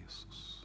Jesus.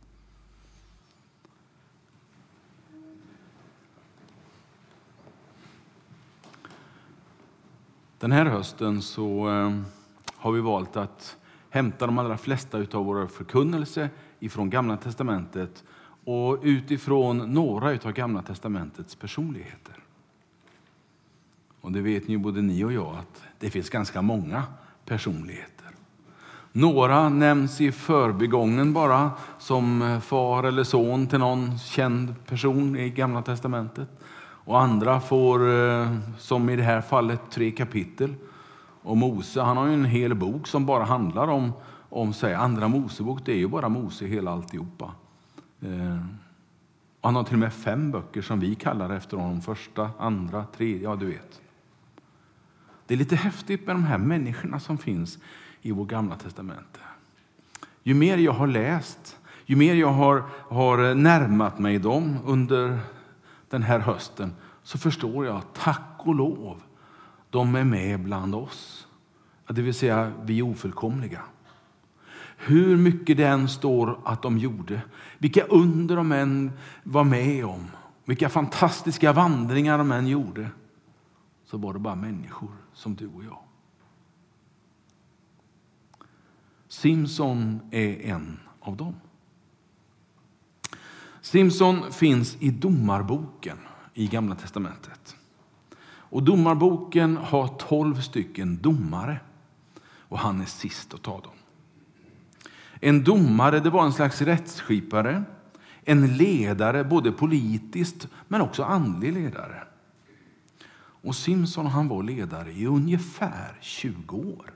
Den här hösten så har vi valt att hämta de allra flesta av våra förkunnelse ifrån Gamla testamentet och utifrån några av Gamla testamentets personligheter. Och det vet ju både ni och jag att det finns ganska många personligheter. Några nämns i förbigången bara som far eller son till någon känd person i Gamla testamentet. Och andra får, som i det här fallet, 3 kapitel. Och Mose, han har ju en hel bok som bara handlar om sig. Andra Mosebok, det är ju bara Mose hela alltihopa. Och han har till och med 5 böcker som vi kallar efter honom. Första, andra, tredje, ja du vet. Det är lite häftigt med de här människorna som finns i vår Gamla testamente. Ju mer jag har läst, ju mer jag har närmat mig dem under den här hösten, så förstår jag, tack och lov, de är med bland oss. Det vill säga, vi är ofullkomliga. Hur mycket det än står att de gjorde, vilka under de än var med om, vilka fantastiska vandringar de än gjorde, så var det bara människor som du och jag. Simson är en av dem. Simson finns i Domarboken i Gamla testamentet. Och Domarboken har 12 stycken domare. Och han är sist att ta dem. En domare, det var en slags rättsskipare. En ledare, både politiskt men också andlig ledare. Och Simson, han var ledare i ungefär 20 år.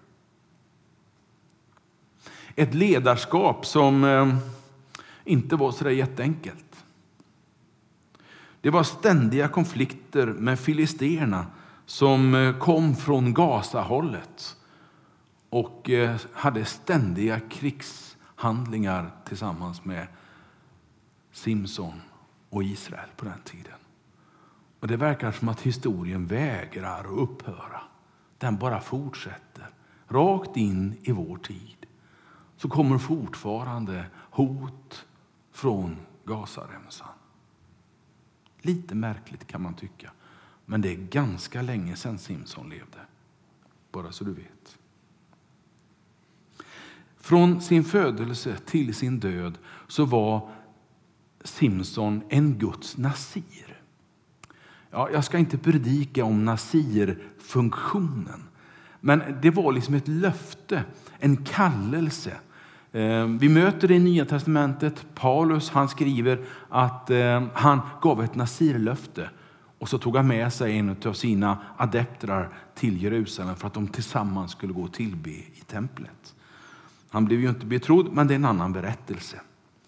Ett ledarskap som inte var så där jätteenkelt. Det var ständiga konflikter med filisterna som kom från Gaza-hållet och hade ständiga krigshandlingar tillsammans med Simson och Israel på den tiden. Och det verkar som att historien vägrar att upphöra. Den bara fortsätter. Rakt in i vår tid så kommer fortfarande hot från Gazaremsan. Lite märkligt kan man tycka. Men det är ganska länge sedan Simson levde. Bara så du vet. Från sin födelse till sin död så var Simson en Guds nasir. Ja, jag ska inte predika om nasirfunktionen. Men det var liksom ett löfte, en kallelse. Vi möter det i Nya testamentet. Paulus, han skriver att han gav ett nasirlöfte. Och så tog han med sig en av sina adeptrar till Jerusalem för att de tillsammans skulle gå och tillbe i templet. Han blev ju inte betrodd, men det är en annan berättelse.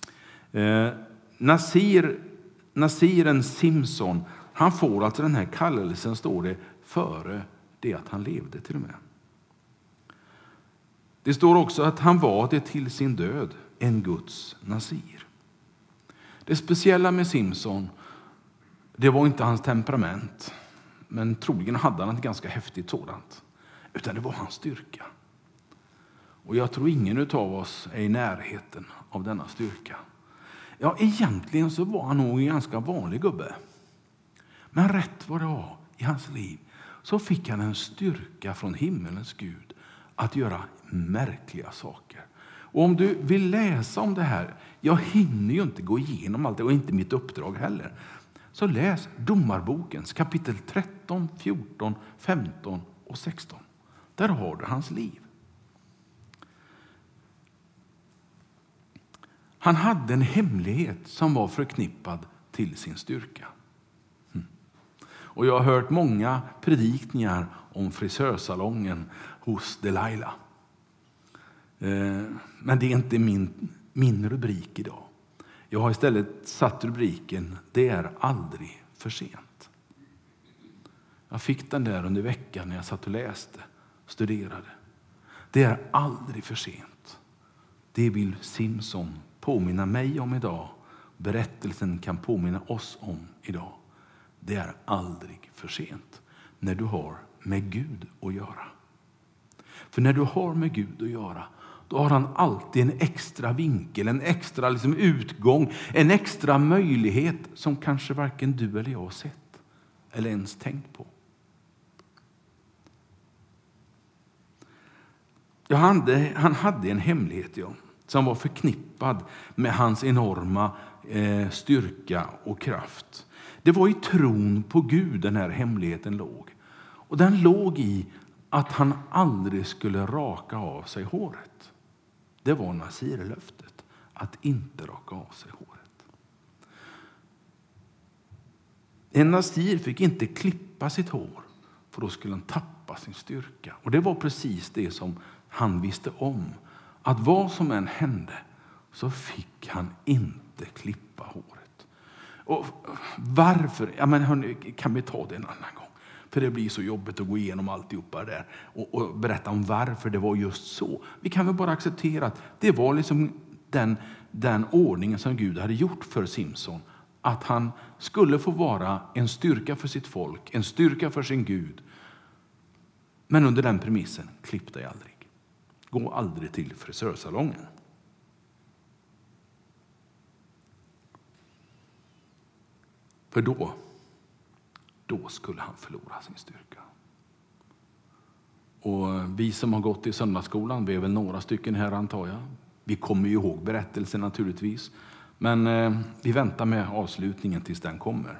Nasiren Simson, han får alltså den här kallelsen, står det, före det att han levde till och med. Det står också att han var det till sin död, en Guds nasir. Det speciella med Simson, det var inte hans temperament, men troligen hade han ett ganska häftigt sådant, utan det var hans styrka. Och jag tror ingen av oss är i närheten av denna styrka. Ja, egentligen så var han nog en ganska vanlig gubbe. Men rätt vad det var i hans liv så fick han en styrka från himmelens Gud att göra märkliga saker. Och om du vill läsa om det här, jag hinner ju inte gå igenom allt det och inte mitt uppdrag heller. Så läs Domarbokens kapitel 13, 14, 15 och 16. Där har du hans liv. Han hade en hemlighet som var förknippad till sin styrka. Och jag har hört många predikningar om frisörsalongen hos Delilah. Men det är inte min rubrik idag. Jag har istället satt rubriken "Det är aldrig för sent". Jag fick den där under veckan när jag satt och läste, studerade. Det är aldrig för sent. Det vill Simson påminna mig om idag. Berättelsen kan påminna oss om idag. Det är aldrig för sent när du har med Gud att göra. För när du har med Gud att göra, då har han alltid en extra vinkel, en extra utgång, en extra möjlighet som kanske varken du eller jag har sett eller ens tänkt på. Han hade en hemlighet som var förknippad med hans enorma styrka och kraft. Det var i tron på Gud den här hemligheten låg. Och den låg i att han aldrig skulle raka av sig håret. Det var Nasirlöftet, att inte raka av sig håret. En Nasir fick inte klippa sitt hår, för då skulle han tappa sin styrka. Och det var precis det som han visste om. Att vad som än hände så fick han inte klippa håret. Och varför? Ja, men hörni, kan vi ta det en annan gång? För det blir så jobbigt att gå igenom alltihopa där och berätta om varför det var just så. Vi kan väl bara acceptera att det var den ordningen som Gud hade gjort för Simson. Att han skulle få vara en styrka för sitt folk, en styrka för sin Gud. Men under den premissen, klipp dig aldrig. Gå aldrig till frisörsalongen. För då skulle han förlora sin styrka. Och vi som har gått i söndagsskolan, vi är väl några stycken här antar jag. Vi kommer ju ihåg berättelsen naturligtvis. Men vi väntar med avslutningen tills den kommer.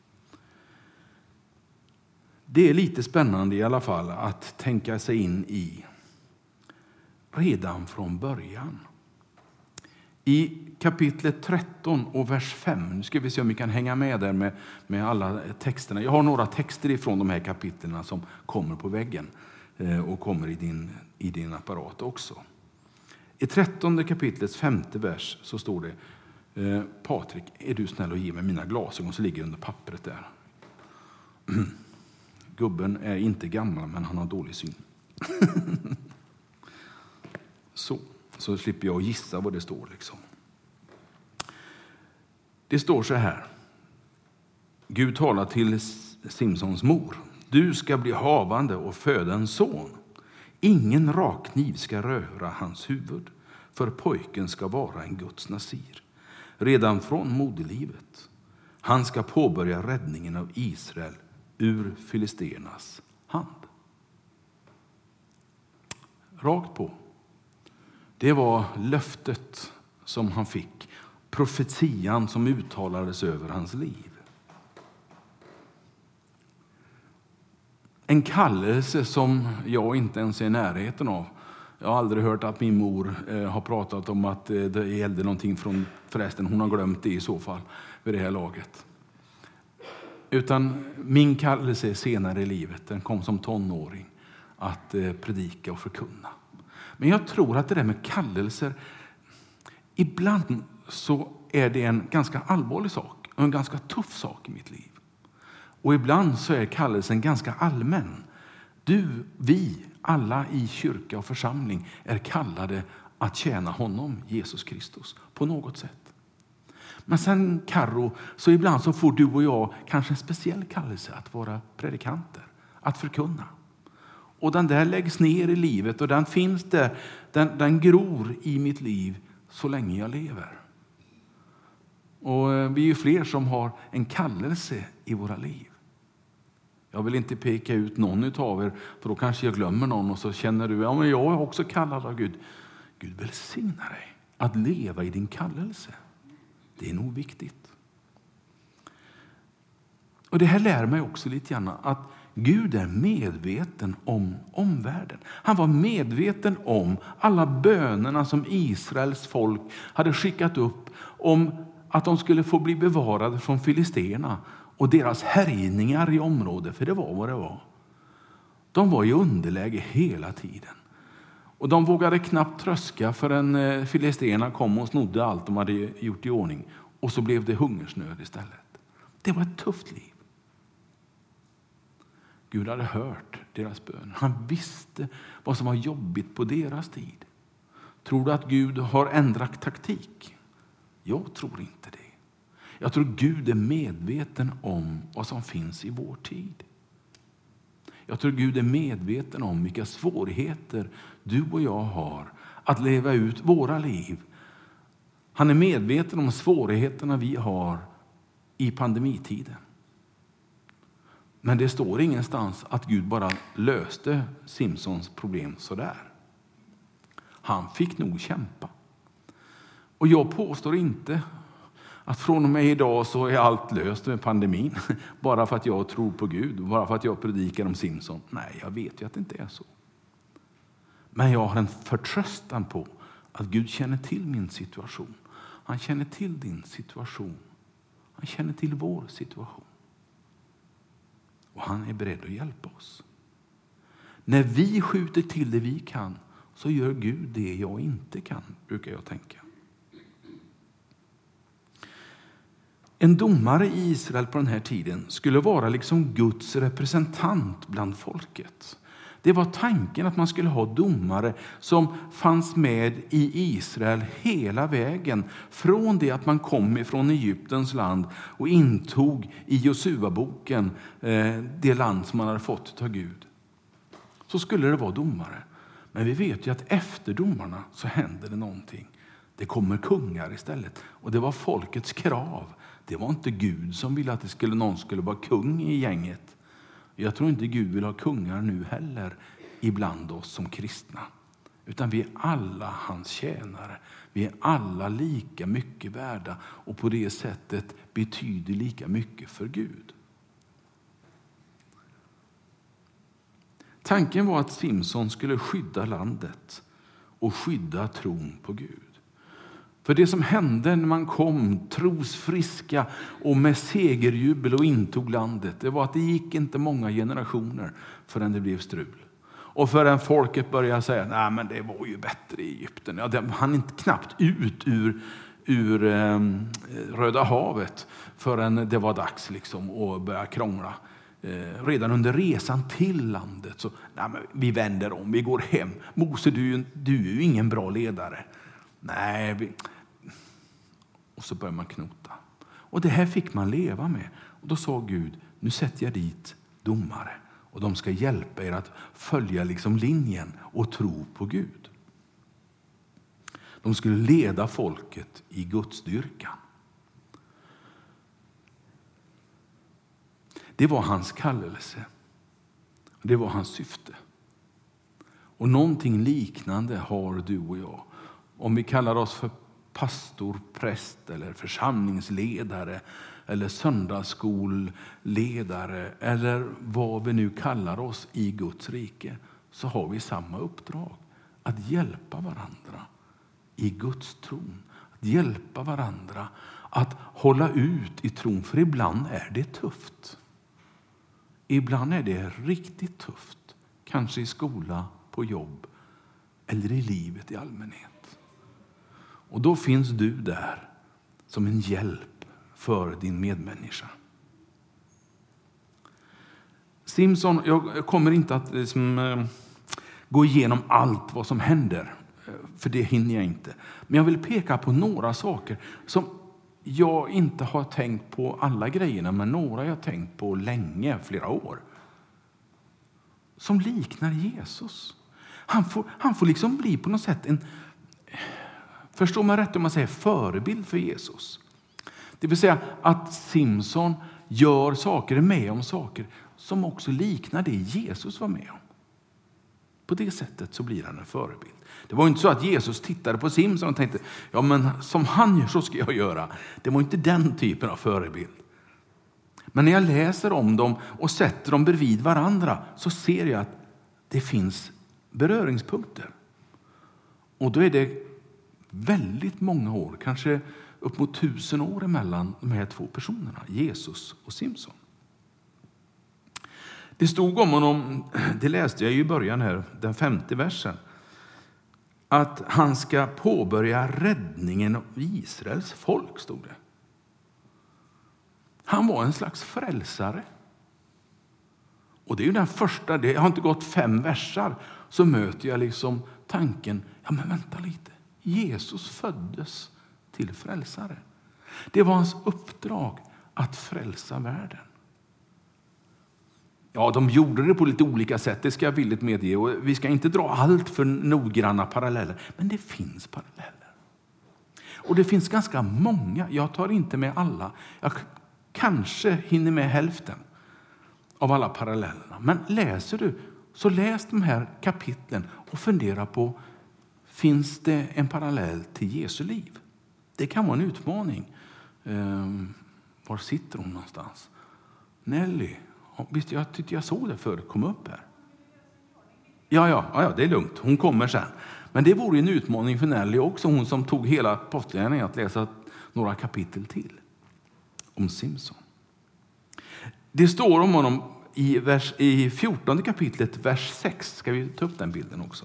Det är lite spännande i alla fall att tänka sig in i redan från början. I kapitlet 13 och vers 5, nu ska vi se om vi kan hänga med där med alla texterna. Jag har några texter ifrån de här kapitlerna som kommer på väggen och kommer i din apparat också. I 13 kapitlets 5:e vers så står det: Patrik, är du snäll och ge mig mina glasögon som ligger under pappret där. Gubben är inte gammal, men han har dålig syn. Så slipper jag gissa vad det står liksom. Det står så här. Gud talar till Simsons mor. Du ska bli havande och föda en son. Ingen rakkniv ska röra hans huvud, för pojken ska vara en Guds nasir. Redan från moderlivet. Han ska påbörja räddningen av Israel ur filisternas hand. Rakt på. Det var löftet som han fick. Profetian som uttalades över hans liv. En kallelse som jag inte ens är i närheten av. Jag har aldrig hört att min mor har pratat om att det gällde någonting från, förresten hon har glömt det i så fall vid det här laget. Utan min kallelse är senare i livet, den kom som tonåring, att predika och förkunna. Men jag tror att det där med kallelser, ibland så är det en ganska allvarlig sak och en ganska tuff sak i mitt liv. Och ibland så är kallelsen ganska allmän. Vi, alla i kyrka och församling är kallade att tjäna honom, Jesus Kristus, på något sätt. Men sen Karo, så ibland så får du och jag kanske en speciell kallelse att vara predikanter, att förkunna. Och den där läggs ner i livet och den finns där, den gror i mitt liv så länge jag lever. Och vi är ju fler som har en kallelse i våra liv. Jag vill inte peka ut någon utav er, för då kanske jag glömmer någon och så känner du, ja men jag är också kallad av Gud. Gud välsignar dig att leva i din kallelse. Det är nog viktigt. Och det här lär mig också lite grann att Gud är medveten om omvärlden. Han var medveten om alla bönerna som Israels folk hade skickat upp om att de skulle få bli bevarade från filisterna och deras härjningar i området, för det var vad det var. De var i underläge hela tiden. Och de vågade knappt tröska förrän filisterna kom och snodde allt de hade gjort i ordning. Och så blev det hungersnöd istället. Det var ett tufft liv. Gud hade hört deras bön. Han visste vad som var jobbigt på deras tid. Tror du att Gud har ändrat taktik? Jag tror inte det. Jag tror Gud är medveten om vad som finns i vår tid. Jag tror Gud är medveten om vilka svårigheter du och jag har att leva ut våra liv. Han är medveten om svårigheterna vi har i pandemitiden. Men det står ingenstans att Gud bara löste Simsons problem så där. Han fick nog kämpa. Och jag påstår inte att från och med idag så är allt löst med pandemin. Bara för att jag tror på Gud. Bara för att jag predikar om Simson. Nej, jag vet ju att det inte är så. Men jag har en förtröstan på att Gud känner till min situation. Han känner till din situation. Han känner till vår situation. Och han är beredd att hjälpa oss. När vi skjuter till det vi kan så gör Gud det jag inte kan, brukar jag tänka. En domare i Israel på den här tiden skulle vara liksom Guds representant bland folket. Det var tanken att man skulle ha domare som fanns med i Israel hela vägen. Från det att man kom ifrån Egyptens land och intog i Josua-boken det land som man hade fått av Gud. Så skulle det vara domare. Men vi vet ju att efter domarna så händer det någonting. Det kommer kungar istället. Och det var folkets krav. Det var inte Gud som ville att någon skulle vara kung i gänget. Jag tror inte Gud vill ha kungar nu heller ibland oss som kristna. Utan vi är alla hans tjänare. Vi är alla lika mycket värda och på det sättet betyder lika mycket för Gud. Tanken var att Simson skulle skydda landet och skydda tron på Gud. För det som hände när man kom trosfriska och med segerjubel och intog landet, det var att det gick inte många generationer förrän det blev strul. Och förrän folket började säga, nej men det var ju bättre i Egypten. Ja, det hann inte knappt ut ur Röda havet förrän det var dags liksom att börja krångla. Redan under resan till landet så, nej men vi vänder om, vi går hem. Mose, du är ju ingen bra ledare. Nej, och så börjar man knota. Och det här fick man leva med. Och då sa Gud, nu sätter jag dit domare. Och de ska hjälpa er att följa liksom linjen och tro på Gud. De skulle leda folket i Guds dyrkan. Det var hans kallelse. Det var hans syfte. Och någonting liknande har du och jag. Om vi kallar oss för pastor, präst eller församlingsledare eller söndagsskolledare eller vad vi nu kallar oss i Guds rike, så har vi samma uppdrag. Att hjälpa varandra i Guds tron. Att hjälpa varandra att hålla ut i tron. För ibland är det tufft. Ibland är det riktigt tufft. Kanske i skola, på jobb eller i livet i allmänhet. Och då finns du där som en hjälp för din medmänniska. Simson, jag kommer inte att gå igenom allt vad som händer. För det hinner jag inte. Men jag vill peka på några saker som jag inte har tänkt på alla grejerna. Men några jag har tänkt på länge, flera år. Som liknar Jesus. Han får liksom bli på något sätt en... Förstår man rätt om man säger förebild för Jesus? Det vill säga att Simson gör saker, är med om saker som också liknar det Jesus var med om. På det sättet så blir han en förebild. Det var inte så att Jesus tittade på Simson och tänkte, ja men som han gör så ska jag göra. Det var inte den typen av förebild. Men när jag läser om dem och sätter dem bredvid varandra så ser jag att det finns beröringspunkter. Och då är det väldigt många år, kanske upp mot 1000 år emellan de här två personerna, Jesus och Simson. Det stod om honom, det läste jag i början här, den 5:e versen, att han ska påbörja räddningen av Israels folk, stod det. Han var en slags frälsare. Och det är ju den första, det har inte gått 5 versar så möter jag liksom tanken, ja men vänta lite. Jesus föddes till frälsare. Det var hans uppdrag att frälsa världen. Ja, de gjorde det på lite olika sätt, det ska jag villigt medge. Och vi ska inte dra allt för noggranna paralleller, men det finns paralleller. Och det finns ganska många, jag tar inte med alla. Jag kanske hinner med hälften av alla parallellerna. Men läser du, så läs de här kapitlen och fundera på, finns det en parallell till Jesu liv? Det kan vara en utmaning. Var sitter hon någonstans? Nelly. Visst, jag tyckte jag såg det förut. Kom upp här. Ja, det är lugnt. Hon kommer sen. Men det vore en utmaning för Nelly också. Hon som tog hela apostlagärningarna att läsa några kapitel till. Om Simson. Det står om honom i 14 kapitlet, vers 6. Ska vi ta upp den bilden också?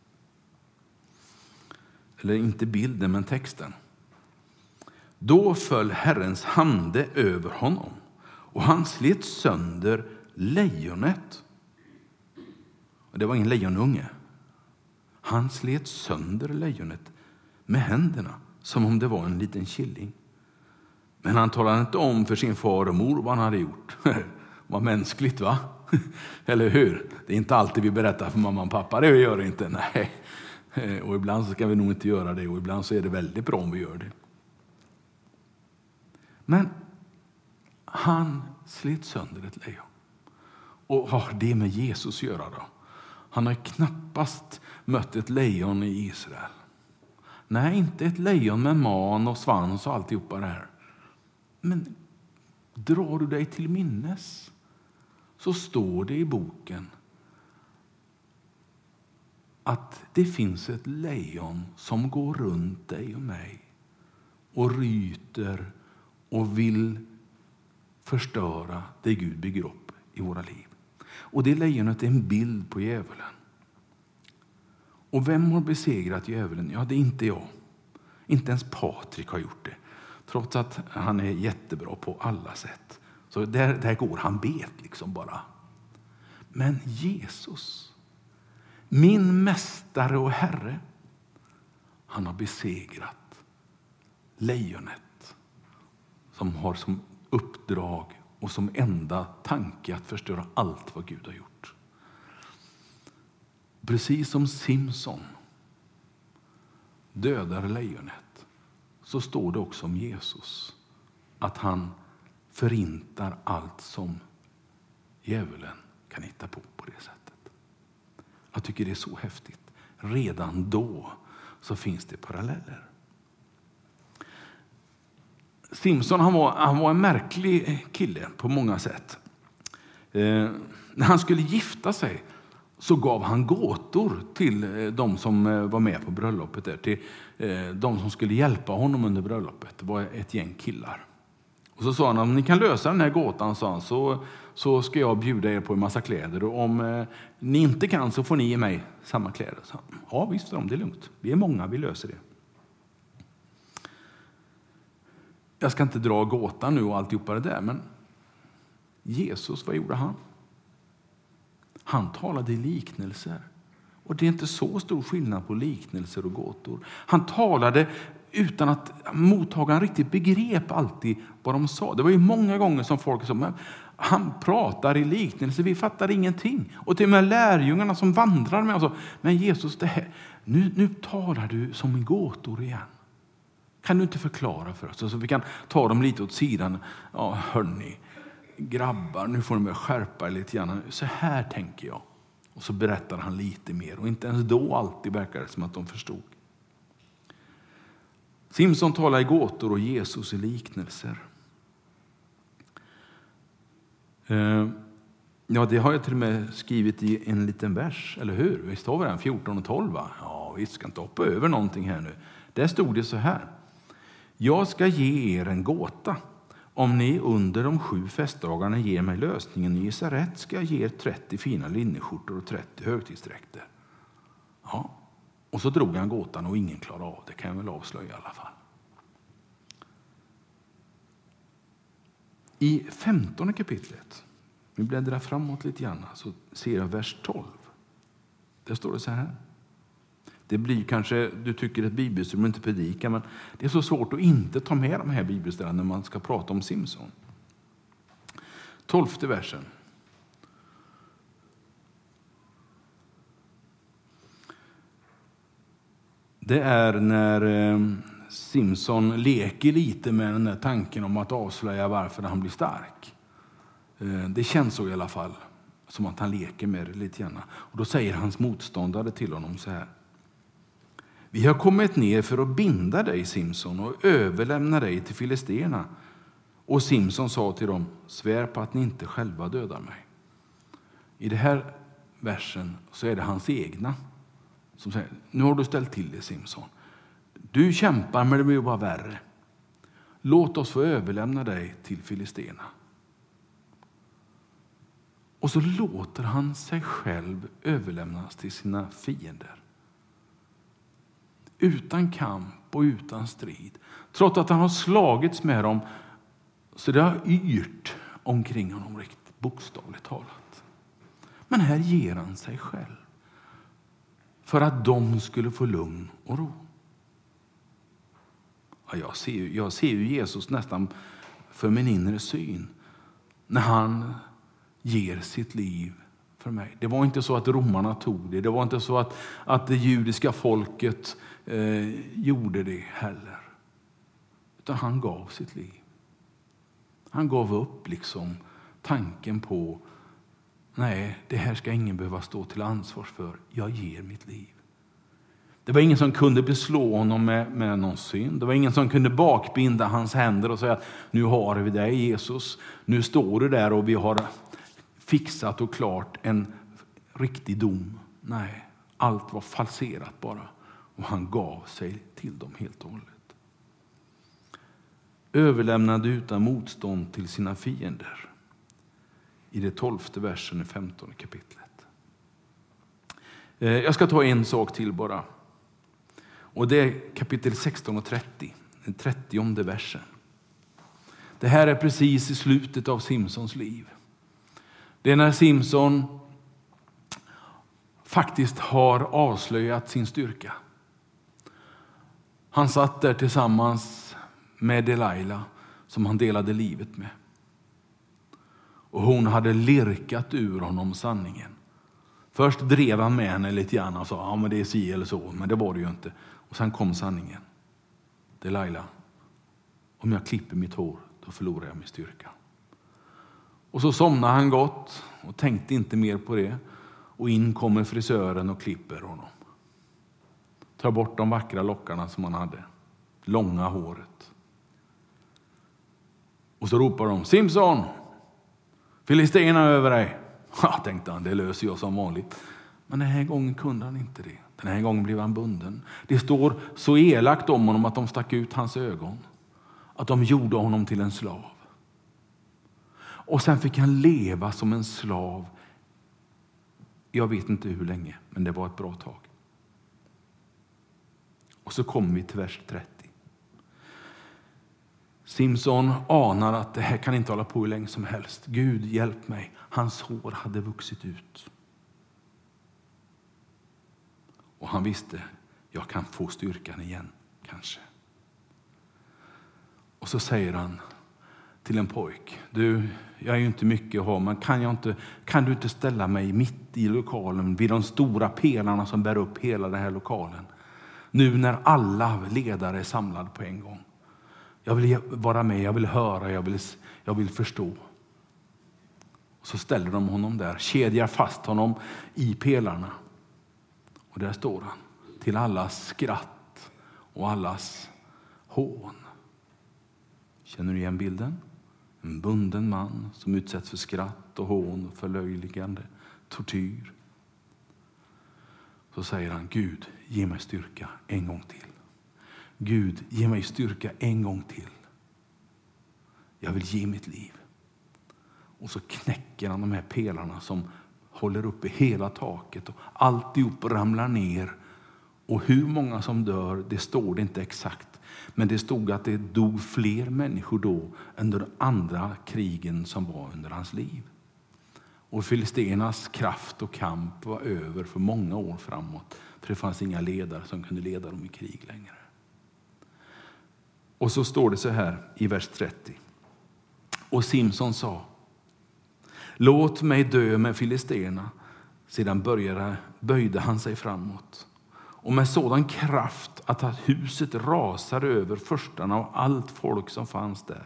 Eller inte bilden, men texten. Då föll Herrens hande över honom. Och han slet sönder lejonet. Och det var ingen lejonunge. Han slet sönder lejonet med händerna som om det var en liten killing. Men han talade inte om för sin far och mor vad han hade gjort. Vad mänskligt, va? Eller hur? Det är inte alltid vi berättar för mamma och pappa. Det gör det inte, nej. Och ibland så ska vi nog inte göra det. Och ibland så är det väldigt bra om vi gör det. Men han slet sönder ett lejon. Och vad har det med Jesus att göra då? Han har knappast mött ett lejon i Israel. Nej, inte ett lejon med man och svans och alltihopa det här. Men drar du dig till minnes, så står det i boken att det finns ett lejon som går runt dig och mig och ryter och vill förstöra det Gud bygger upp i våra liv. Och det lejonet är en bild på djävulen. Och vem har besegrat djävulen? Ja, det är inte jag. Inte ens Patrik har gjort det. Trots att han är jättebra på alla sätt. Så där går han bet liksom bara. Men Jesus, min mästare och herre, han har besegrat lejonet som har som uppdrag och som enda tanke att förstöra allt vad Gud har gjort. Precis som Simson dödar lejonet, så står det också om Jesus att han förintar allt som djävulen kan hitta på det sättet. Jag tycker det är så häftigt. Redan då så finns det paralleller. Simson han var en märklig kille på många sätt. När han skulle gifta sig så gav han gåtor till de som var med på bröllopet. Där, till de som skulle hjälpa honom under bröllopet. Det var ett gäng killar. Och så sa han, om ni kan lösa den här gåtan, sa han, så ska jag bjuda er på en massa kläder. Och om ni inte kan så får ni ge mig samma kläder. Så han, ja visst, det är lugnt. Vi är många, vi löser det. Jag ska inte dra gåtan nu och alltihopa det där, men Jesus, vad gjorde han? Han talade i liknelser. Och det är inte så stor skillnad på liknelser och gåtor. Han talade utan att mottagaren riktigt begrep alltid vad de sa. Det var ju många gånger som folk sa, men han pratar i liknelser, vi fattar ingenting. Och till och med lärjungarna som vandrar med oss, men Jesus, det här, nu talar du som en gåtor igen. Kan du inte förklara för oss? Så vi kan ta dem lite åt sidan. Ja, hörni, grabbar, nu får ni skärpa er lite grann. Så här tänker jag. Och så berättar han lite mer. Och inte ens då alltid verkar det som att de förstod. Simson talar i gåtor och Jesus i liknelser. Ja, det har jag till och med skrivit i en liten vers, eller hur? Visst har vi den, 14 och 12, va? Ja, vi ska inte hoppa över någonting här nu. Där stod det så här. Jag ska ge er en gåta. Om ni under de 7 festdagarna ger mig lösningen i Gesaret ska jag ge er 30 fina linneskjortor och 30 högtidsdräkter. Ja, och så drog han gåtan och ingen klarade av det, kan jag väl avslöja i alla fall. I 15 kapitlet, vi bläddrar framåt lite grann, så ser jag vers 12. Där står det så här. Det blir kanske, du tycker ett bibelstund inte predika, men det är så svårt att inte ta med de här bibelställen när man ska prata om Simson. 12:e versen. det är när Simson leker lite med den där tanken om att avslöja varför han blir stark. Det känns så i alla fall, som att han leker med det lite grann. Och då säger hans motståndare till honom så här: vi har kommit ner för att binda dig, Simson, och överlämna dig till filisterna. Och Simson sa till dem: svär på att ni inte själva dödar mig. I det här versen så är det hans egna som säger: nu har du ställt till det, Simson. Du kämpar, men det blir bara värre. Låt oss få överlämna dig till filisterna. Och så låter han sig själv överlämnas till sina fiender. Utan kamp och utan strid. Trots att han har slagits med dem så det har yrt omkring honom, riktigt bokstavligt talat. Men här ger han sig själv för att de skulle få lugn och ro. Ja, jag ser ju Jesus nästan för min inre syn när han ger sitt liv för mig. Det var inte så att romarna tog det. Det var inte så att det judiska folket gjorde det heller. Utan han gav sitt liv. Han gav upp liksom tanken på: nej, det här ska ingen behöva stå till ansvar för. Jag ger mitt liv. Det var ingen som kunde beslå honom med någon synd. Det var ingen som kunde bakbinda hans händer och säga: nu har vi dig, Jesus. Nu står du där och vi har fixat och klart en riktig dom. Nej, allt var falserat bara. Och han gav sig till dem helt och hållet. Överlämnade utan motstånd till sina fiender. I det 12:e versen i 15:e kapitlet. Jag ska ta en sak till bara. Och det är kapitel 16 och 30. Den 30:e versen. Det här är precis i slutet av Simsons liv. Det är när Simson faktiskt har avslöjat sin styrka. Han satt där tillsammans med Delilah som han delade livet med. Och hon hade lirkat ur honom sanningen. Först drev han med henne lite grann och sa: ja, men det är si eller så. Men det var det ju inte. Och sen kom sanningen. Delilah, om jag klipper mitt hår, då förlorar jag min styrka. Och så somnade han gott och tänkte inte mer på det. Och in kommer frisören och klipper honom. Tar bort de vackra lockarna som han hade. Långa håret. Och så ropar de: Simson! Filisterna över dig. Ja, tänkte han, det löser jag som vanligt. Men den här gången kunde han inte det. Den här gången blev han bunden. Det står så elakt om honom att de stack ut hans ögon. Att de gjorde honom till en slav. Och sen fick han leva som en slav. Jag vet inte hur länge, men det var ett bra tag. Och så kommer vi till vers 30. Simson anar att det här kan inte hålla på hur länge som helst. Gud, hjälp mig. Hans hår hade vuxit ut. Och han visste, jag kan få styrkan igen, kanske. Och så säger han till en pojk: du, jag är ju inte mycket att ha, men kan du inte ställa mig mitt i lokalen vid de stora pelarna som bär upp hela den här lokalen? Nu när alla ledare är samlade på en gång. Jag vill vara med, jag vill höra, jag vill förstå. Och så ställer de honom där, kedjar fast honom i pelarna. Och där står han, till allas skratt och allas hån. Känner du igen bilden? En bunden man som utsätts för skratt och hån, förlöjligande, tortyr. Så säger han: Gud, ge mig styrka en gång till. Gud, ge mig styrka en gång till. Jag vill ge mitt liv. Och så knäcker han de här pelarna som håller uppe hela taket. Och alltihop ramlar ner. Och hur många som dör, det står det inte exakt. Men det stod att det dog fler människor då än de andra krigen som var under hans liv. Och filisternas kraft och kamp var över för många år framåt. För det fanns inga ledare som kunde leda dem i krig längre. Och så står det så här i vers 30. Och Simson sa: låt mig dö med filisterna. Sedan böjde han sig framåt och med sådan kraft att huset rasade över förstarna och allt folk som fanns där.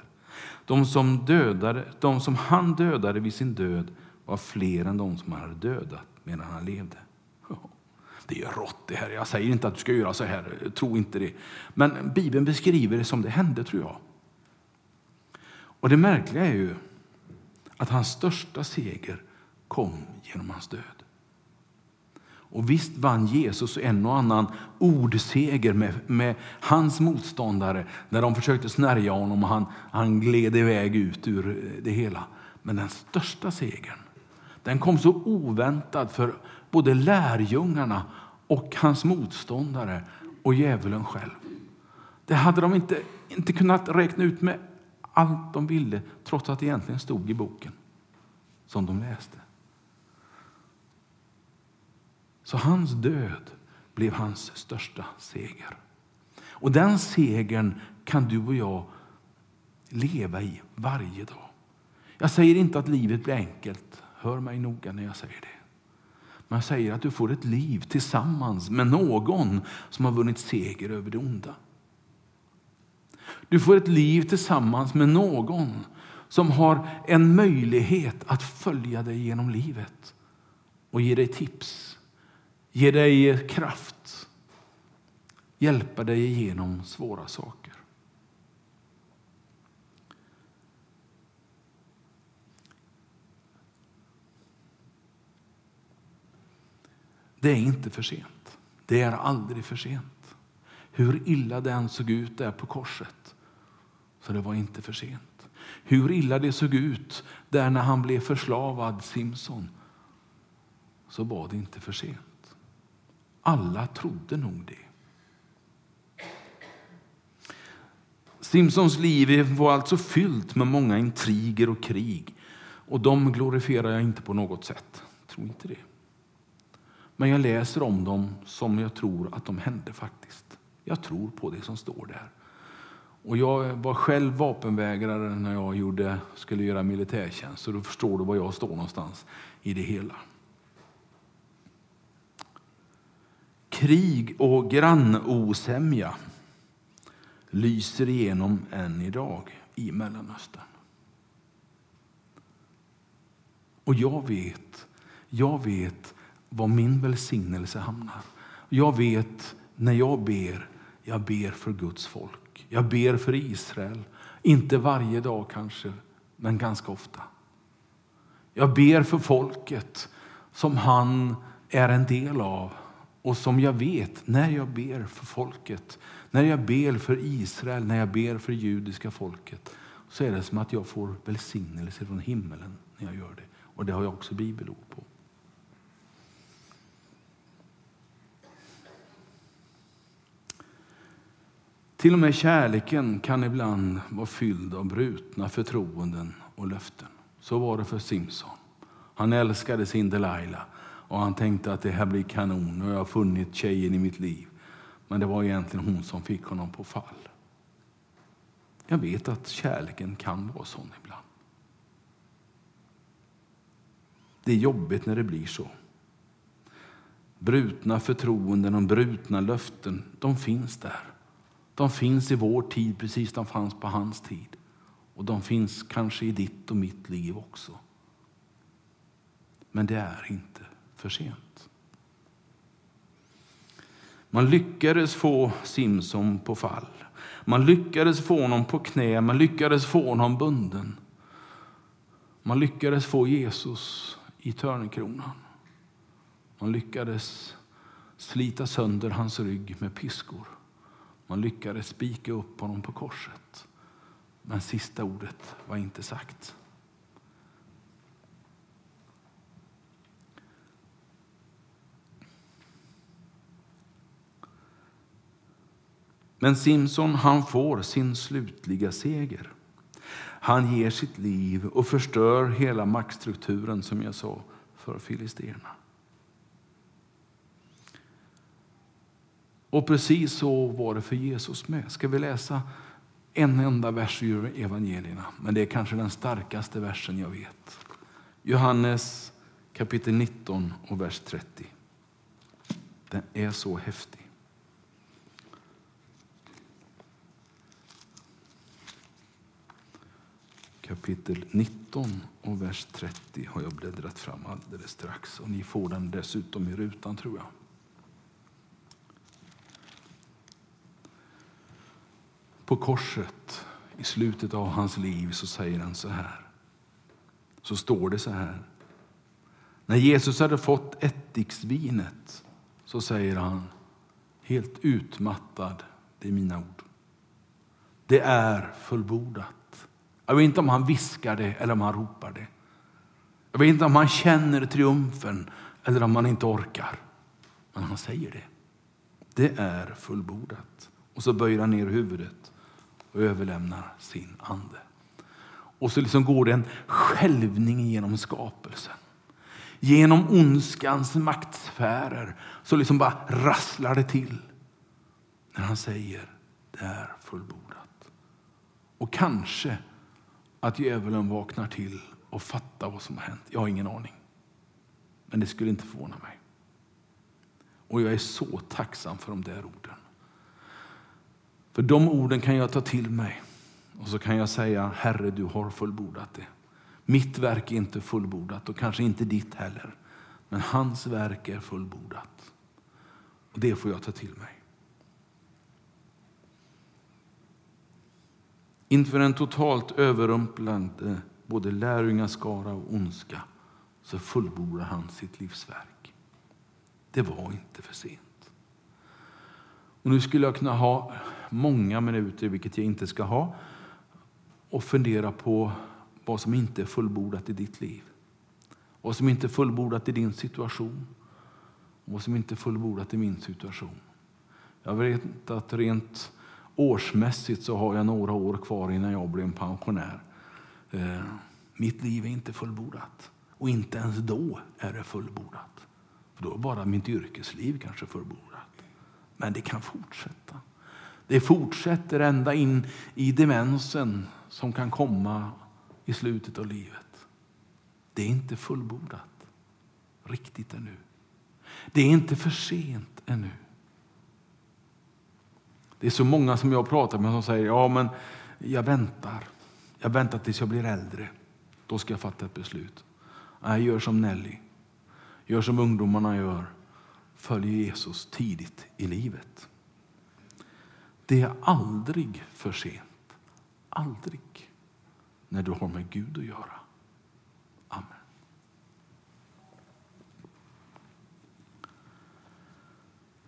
De som han dödade vid sin död var fler än de som han hade dödat medan han levde. Det är rått det här. Jag säger inte att du ska göra så här. Tro inte det. Men Bibeln beskriver det som det hände, tror jag. Och det märkliga är ju att hans största seger kom genom hans död. Och visst vann Jesus en och annan ordseger med hans motståndare när de försökte snärja honom och han gled iväg ut ur det hela. Men den största segern, den kom så oväntat för både lärjungarna och hans motståndare och djävulen själv. Det hade de inte kunnat räkna ut med allt de ville, trots att det egentligen stod i boken som de läste. Så hans död blev hans största seger. Och den segern kan du och jag leva i varje dag. Jag säger inte att livet blir enkelt. Hör mig noga när jag säger det. Men jag säger att du får ett liv tillsammans med någon som har vunnit seger över det onda. Du får ett liv tillsammans med någon som har en möjlighet att följa dig genom livet och ge dig tips, ge dig kraft, hjälpa dig igenom svåra saker. Det är inte för sent. Det är aldrig för sent. Hur illa den såg ut där på korset, så det var inte för sent. Hur illa det såg ut där när han blev förslavad, Simson, så var det inte för sent. Alla trodde nog det. Simsons liv var alltså fyllt med många intriger och krig. Och de glorifierar jag inte på något sätt. Tror inte det. Men jag läser om dem som jag tror att de hände faktiskt. Jag tror på det som står där. Och jag var själv vapenvägrare när jag skulle göra militärtjänst. Så då förstår du var jag står någonstans i det hela. Krig och grannosämja lyser igenom än idag i Mellanöstern. Och jag vet var min välsignelse hamnar. Jag vet när jag ber för Guds folk. Jag ber för Israel. Inte varje dag kanske, men ganska ofta. Jag ber för folket som han är en del av. Och som jag vet, när jag ber för folket, när jag ber för Israel, när jag ber för judiska folket, så är det som att jag får välsignelse från himmelen när jag gör det. Och det har jag också bibelord på. Till och med kärleken kan ibland vara fylld av brutna förtroenden och löften. Så var det för Simson. Han älskade sin Delilah och han tänkte att det här blir kanon och jag har funnit tjejen i mitt liv. Men det var egentligen hon som fick honom på fall. Jag vet att kärleken kan vara sån ibland. Det är jobbigt när det blir så. Brutna förtroenden och brutna löften, de finns där. De finns i vår tid precis som de fanns på hans tid. Och de finns kanske i ditt och mitt liv också. Men det är inte för sent. Man lyckades få Simson på fall. Man lyckades få honom på knä. Man lyckades få honom bunden. Man lyckades få Jesus i törnkronan. Man lyckades slita sönder hans rygg med piskor. Man lyckades spika upp honom på korset. Men sista ordet var inte sagt. Men Simson, han får sin slutliga seger. Han ger sitt liv och förstör hela maktstrukturen, som jag sa, för filisterna. Och precis så var det för Jesus med. Ska vi läsa en enda vers ur evangelierna? Men det är kanske den starkaste versen jag vet. Johannes kapitel 19 och vers 30. Den är så häftig. kapitel 19 och vers 30 har jag bläddrat fram alldeles strax. Och ni får den dessutom i rutan, tror jag. På korset, i slutet av hans liv, så säger han så här. Så står det så här. När Jesus hade fått ättiksvinet så säger han, helt utmattad, det är mina ord. Det är fullbordat. Jag vet inte om han viskar det eller om han ropar det. Jag vet inte om han känner triumfen eller om han inte orkar. Men han säger det. Det är fullbordat. Och så böjer han ner huvudet och överlämnar sin ande. Och så liksom går det en skälvning genom skapelsen. Genom ondskans maktsfärer så liksom bara rasslar det till. När han säger, det är fullbordat. Och kanske att djävulen vaknar till och fattar vad som har hänt. Jag har ingen aning. Men det skulle inte förvåna mig. Och jag är så tacksam för de där orden. För de orden kan jag ta till mig. Och så kan jag säga, Herre, du har fullbordat det. Mitt verk är inte fullbordat och kanske inte ditt heller. Men hans verk är fullbordat. Och det får jag ta till mig. Inför en totalt överrumplande både lärjungaskara och ondska så fullbordar han sitt livsverk. Det var inte för sent. Och nu skulle jag kunna ha många minuter, vilket jag inte ska ha, och fundera på vad som inte är fullbordat i ditt liv. Vad som inte är fullbordat i din situation. Och vad som inte är fullbordat i min situation. Jag vet att rent årsmässigt så har jag några år kvar innan jag blir en pensionär. Mitt liv är inte fullbordat. Och inte ens då är det fullbordat. För då är bara mitt yrkesliv kanske fullbordat. Men det kan fortsätta. Det fortsätter ända in i demensen som kan komma i slutet av livet. Det är inte fullbordat riktigt ännu. Det är inte för sent ännu. Det är så många som jag pratar med som säger, ja men jag väntar tills jag blir äldre. Då ska jag fatta ett beslut. Nej, gör som Nelly. Gör som ungdomarna gör. Följ Jesus tidigt i livet. Det är aldrig för sent. Aldrig när du har med Gud att göra.